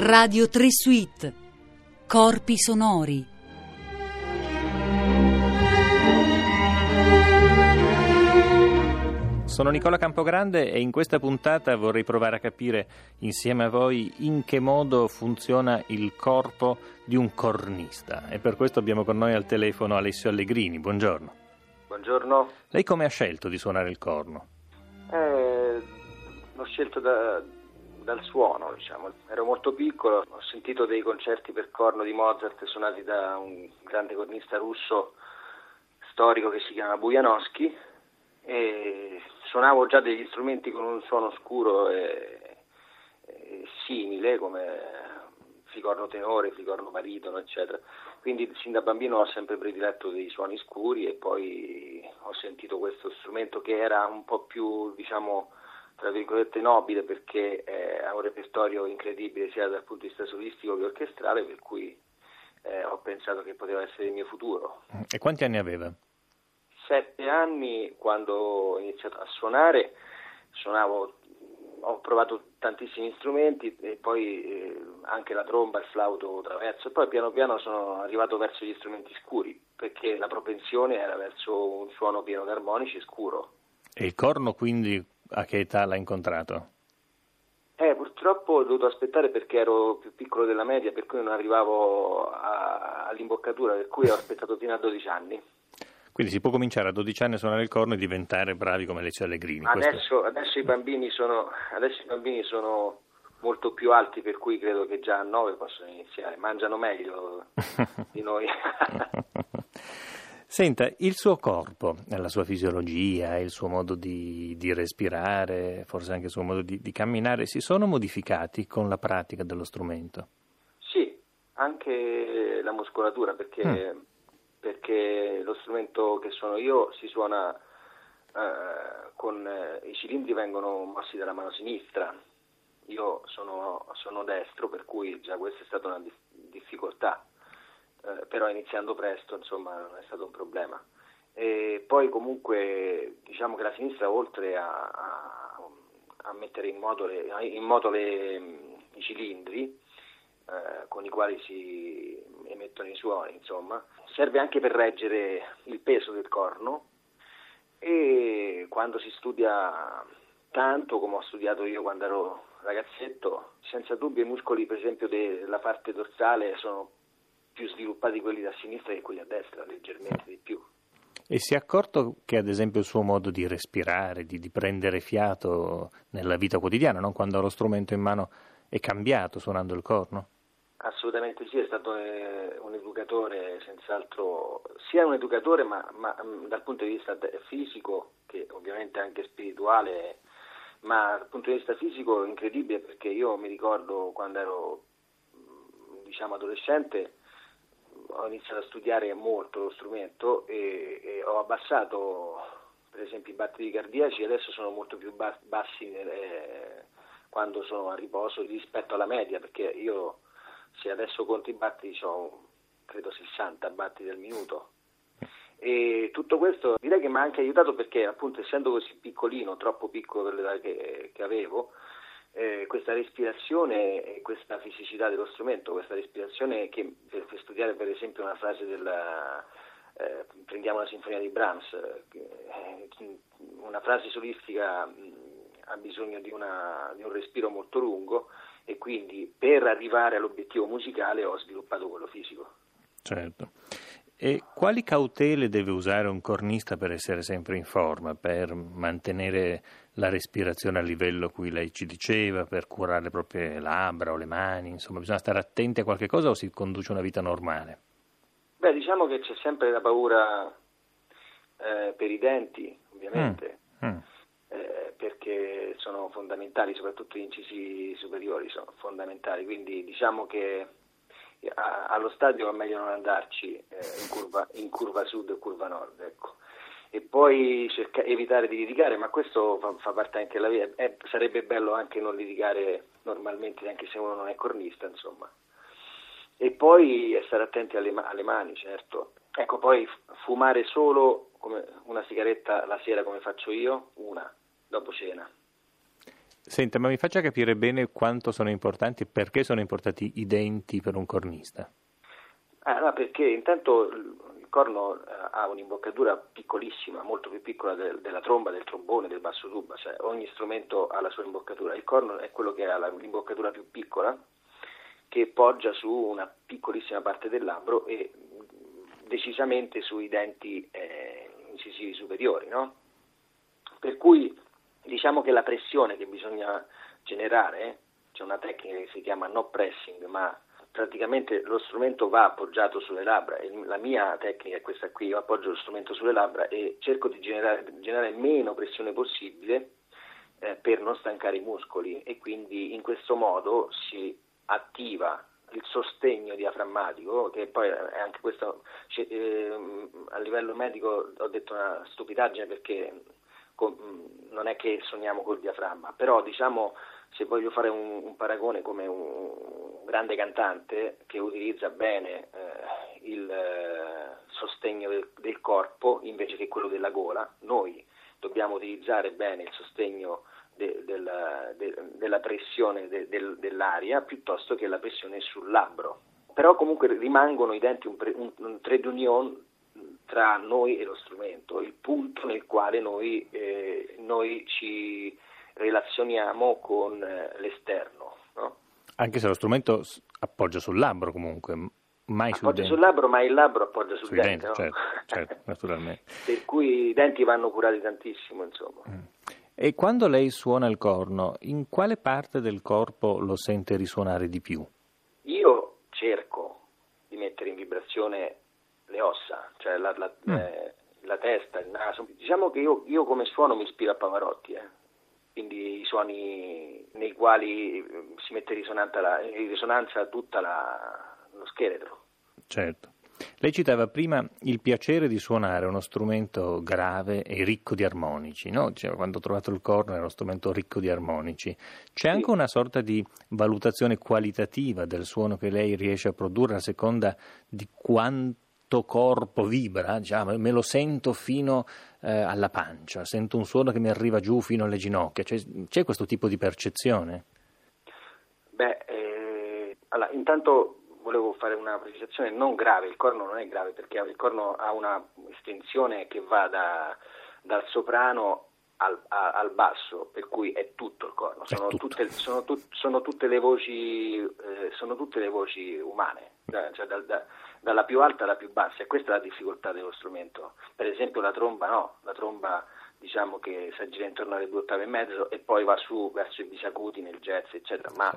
Radio 3 Suite. Corpi sonori. Sono Nicola Campogrande e in questa puntata vorrei provare a capire insieme a voi in che modo funziona il corpo di un cornista. E per questo abbiamo con noi al telefono Alessio Allegrini. Buongiorno. Buongiorno. Lei come ha scelto di suonare il corno? L'ho scelto dal suono, diciamo. Ero molto piccolo, ho sentito dei concerti per corno di Mozart suonati da un grande cornista russo storico che si chiama Bujanowski, e suonavo già degli strumenti con un suono scuro e simile, come flicorno tenore, flicorno baritono, eccetera. Quindi sin da bambino ho sempre prediletto dei suoni scuri e poi ho sentito questo strumento che era un po' più, diciamo, tra virgolette nobile, perché ha un repertorio incredibile sia dal punto di vista solistico che orchestrale, per cui ho pensato che poteva essere il mio futuro. E quanti anni aveva? 7 anni quando ho iniziato a suonare, ho provato tantissimi strumenti e poi anche la tromba, il flauto traverso, e poi piano piano sono arrivato verso gli strumenti scuri, perché la propensione era verso un suono pieno di armonici e scuro. E il corno quindi a che età l'ha incontrato? Purtroppo ho dovuto aspettare perché ero più piccolo della media, per cui non arrivavo all'imboccatura, per cui ho aspettato fino a 12 anni. Quindi si può cominciare a 12 anni a suonare il corno e diventare bravi come Alessio Allegrini. Adesso i bambini sono molto più alti, per cui credo che già a 9 possono iniziare, mangiano meglio di noi. Senta, il suo corpo, la sua fisiologia, il suo modo di respirare, forse anche il suo modo di camminare, si sono modificati con la pratica dello strumento? Sì, anche la muscolatura, perché lo strumento che suono io si suona con i cilindri vengono mossi dalla mano sinistra. Io sono destro, per cui già questa è stata una difficoltà, però iniziando presto, insomma, non è stato un problema. E poi comunque diciamo che la sinistra, oltre a mettere in moto i cilindri con i quali si emettono i suoni, insomma, serve anche per reggere il peso del corno, e quando si studia tanto, come ho studiato io quando ero ragazzetto, senza dubbio i muscoli, per esempio, della parte dorsale sono più sviluppati quelli da sinistra che quelli a destra, leggermente di più. E si è accorto che ad esempio il suo modo di respirare, di prendere fiato nella vita quotidiana, no? Quando ha lo strumento in mano, è cambiato suonando il corno? Assolutamente sì, è stato un educatore, senz'altro, sia un educatore ma dal punto di vista fisico, che ovviamente anche spirituale, ma dal punto di vista fisico incredibile, perché io mi ricordo quando ero, diciamo, adolescente, ho iniziato a studiare molto lo strumento e ho abbassato, per esempio, i battiti cardiaci, adesso sono molto più bassi quando sono a riposo rispetto alla media, perché io, se adesso conto i battiti, ho credo 60 battiti al minuto. E tutto questo direi che mi ha anche aiutato, perché appunto essendo così piccolino, troppo piccolo per l'età che avevo, questa respirazione e questa fisicità dello strumento, questa respirazione che per studiare per esempio una frase prendiamo la sinfonia di Brahms, una frase solistica ha bisogno di un respiro molto lungo, e quindi per arrivare all'obiettivo musicale ho sviluppato quello fisico. Certo. E quali cautele deve usare un cornista per essere sempre in forma, per mantenere la respirazione a livello a cui lei ci diceva, per curare le proprie labbra o le mani? Insomma, bisogna stare attenti a qualche cosa o si conduce una vita normale? Beh, diciamo che c'è sempre la paura per i denti, ovviamente. Perché sono fondamentali, soprattutto gli incisi superiori sono fondamentali, quindi diciamo che allo stadio è meglio non andarci in curva sud e curva nord, ecco. E poi evitare di litigare, ma questo fa parte anche della vita, sarebbe bello anche non litigare normalmente, anche se uno non è cornista, insomma. E poi stare attenti alle mani, certo. Ecco, poi fumare solo come una sigaretta la sera, come faccio io, una dopo cena. Senta, ma mi faccia capire bene quanto sono importanti e perché sono importanti i denti per un cornista. No, perché intanto il corno ha un'imboccatura piccolissima, molto più piccola della tromba, del trombone, del basso tuba, cioè ogni strumento ha la sua imboccatura. Il corno è quello che ha l'imboccatura più piccola, che poggia su una piccolissima parte del labbro e decisamente sui denti incisivi superiori, no? Per cui diciamo che la pressione che bisogna generare, c'è una tecnica che si chiama no pressing, ma praticamente lo strumento va appoggiato sulle labbra, e la mia tecnica è questa qui: io appoggio lo strumento sulle labbra e cerco di generare meno pressione possibile per non stancare i muscoli, e quindi in questo modo si attiva il sostegno diaframmatico, che poi è anche questo, a livello medico ho detto una stupidaggine, perché non è che sogniamo col diaframma, però diciamo, se voglio fare un paragone, come un grande cantante che utilizza bene il sostegno del corpo invece che quello della gola, noi dobbiamo utilizzare bene il sostegno della pressione dell'aria piuttosto che la pressione sul labbro. Però comunque rimangono i denti un trade union tra noi e lo strumento, il punto nel quale noi ci relazioniamo con l'esterno, no? Anche se lo strumento appoggia sul labbro comunque, mai sul dente. Appoggia sul labbro, ma il labbro appoggia sul dente, no? Certo, naturalmente. Per cui i denti vanno curati tantissimo, insomma. E quando lei suona il corno, in quale parte del corpo lo sente risuonare di più? Io cerco di mettere in vibrazione le ossa, cioè la testa, il naso. Diciamo che io come suono mi ispiro a Pavarotti, quindi i suoni nei quali si mette in risonanza tutto lo scheletro. Certo. Lei citava prima il piacere di suonare uno strumento grave e ricco di armonici, no? Diceva, quando ho trovato il corno era uno strumento ricco di armonici. C'è anche una sorta di valutazione qualitativa del suono che lei riesce a produrre a seconda di quanto corpo vibra? Diciamo, me lo sento fino alla pancia, sento un suono che mi arriva giù fino alle ginocchia. C'è questo tipo di percezione? Allora, intanto volevo fare una precisazione non grave. Il corno non è grave, perché il corno ha una estensione che va dal soprano al basso, per cui è tutto il corno, sono tutte le voci umane, cioè dalla più alta alla più bassa, e questa è la difficoltà dello strumento. Per esempio la tromba diciamo che si aggira intorno alle 2 ottave e mezzo e poi va su verso i bisacuti nel jazz, eccetera, ma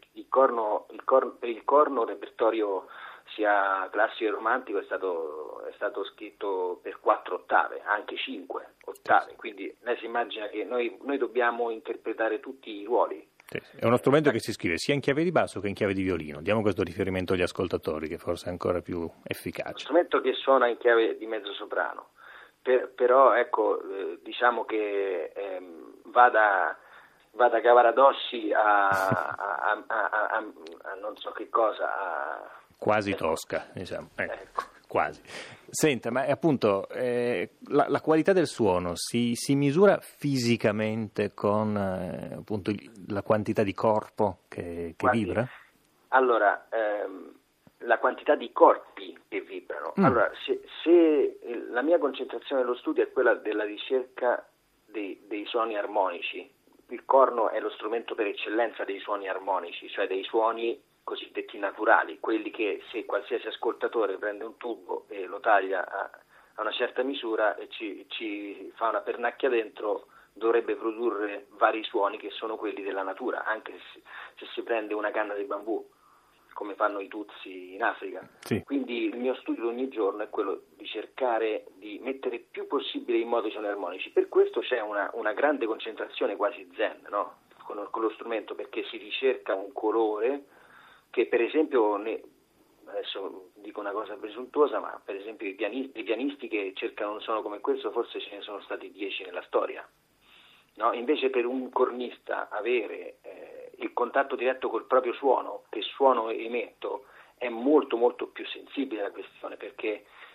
per il corno il repertorio sia classico che romantico è stato scritto per 4 ottave, anche 5 ottave, quindi lei si immagina che noi dobbiamo interpretare tutti i ruoli. È uno strumento che si scrive sia in chiave di basso che in chiave di violino. Diamo questo riferimento agli ascoltatori, che forse è ancora più efficace. Uno strumento che suona in chiave di mezzo soprano, però ecco, diciamo che va da Cavaradossi a non so che cosa, quasi Tosca, diciamo. Ecco. Quasi. Senta, ma appunto la qualità del suono si misura fisicamente con appunto la quantità di corpo che vibra? Allora, la quantità di corpi che vibrano. Allora, se la mia concentrazione nello studio è quella della ricerca dei suoni armonici, il corno è lo strumento per eccellenza dei suoni armonici, cioè dei suoni cosiddetti naturali, quelli che se qualsiasi ascoltatore prende un tubo e lo taglia a una certa misura e ci fa una pernacchia dentro, dovrebbe produrre vari suoni che sono quelli della natura, anche se si prende una canna di bambù, come fanno i Tutsi in Africa. Sì. Quindi il mio studio ogni giorno è quello di cercare di mettere il più possibile in modo i suoni armonici. Per questo c'è una grande concentrazione quasi zen, no? con lo strumento, perché si ricerca un colore che, per esempio, adesso dico una cosa presuntuosa, ma per esempio i pianisti che cercano un suono come questo forse ce ne sono stati 10 nella storia, no? Invece per un cornista avere il contatto diretto col proprio suono, che suono emetto, è molto molto più sensibile alla questione, perché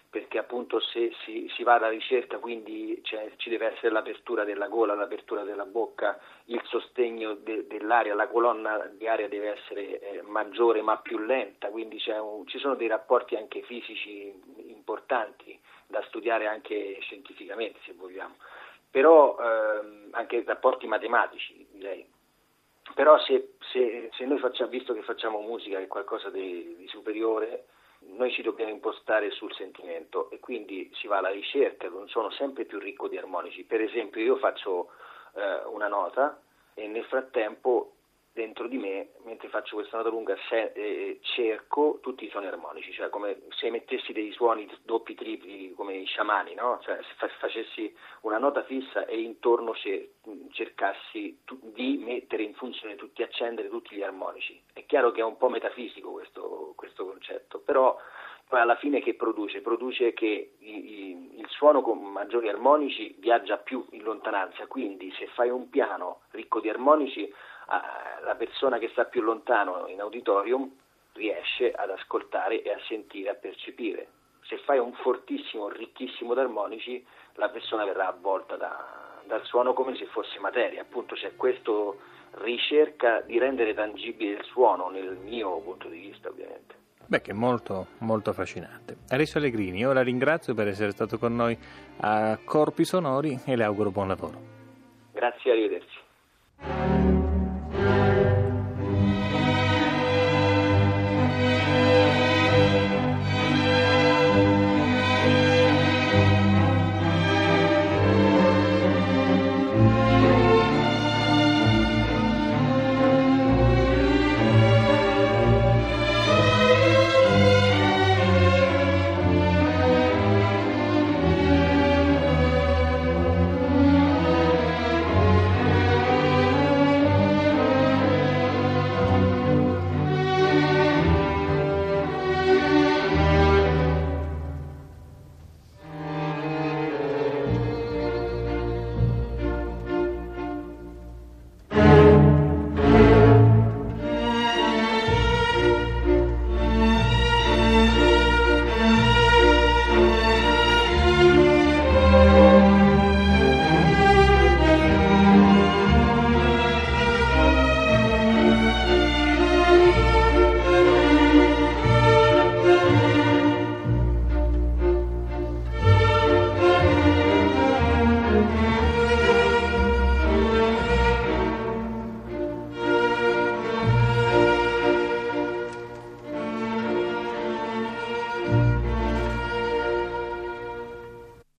perché appunto se si va alla ricerca, quindi ci deve essere l'apertura della gola, l'apertura della bocca, il sostegno dell'aria, la colonna di aria deve essere maggiore ma più lenta, quindi ci sono dei rapporti anche fisici importanti da studiare anche scientificamente, se vogliamo, però anche rapporti matematici, direi. Però se noi visto che facciamo musica, che è qualcosa di superiore, noi ci dobbiamo impostare sul sentimento e quindi si va alla ricerca, non sono sempre più ricco di armonici. Per esempio io faccio una nota e nel frattempo dentro di me, mentre faccio questa nota lunga, cerco tutti i suoni armonici, cioè come se mettessi dei suoni doppi, tripli, come i sciamani, no? Cioè se facessi una nota fissa e intorno cercassi di mettere in funzione tutti, accendere tutti gli armonici. È chiaro che è un po' metafisico questo concetto, però poi alla fine che produce? Produce che il suono con maggiori armonici viaggia più in lontananza, quindi se fai un piano ricco di armonici, la persona che sta più lontano in auditorium riesce ad ascoltare e a sentire, a percepire. Se fai un fortissimo, ricchissimo d'armonici, la persona verrà avvolta dal suono come se fosse materia. Appunto c'è questa ricerca di rendere tangibile il suono, nel mio punto di vista ovviamente. Beh, che è molto, molto affascinante. Alessio Allegrini, io la ringrazio per essere stato con noi a Corpi Sonori e le auguro buon lavoro. Grazie, arrivederci.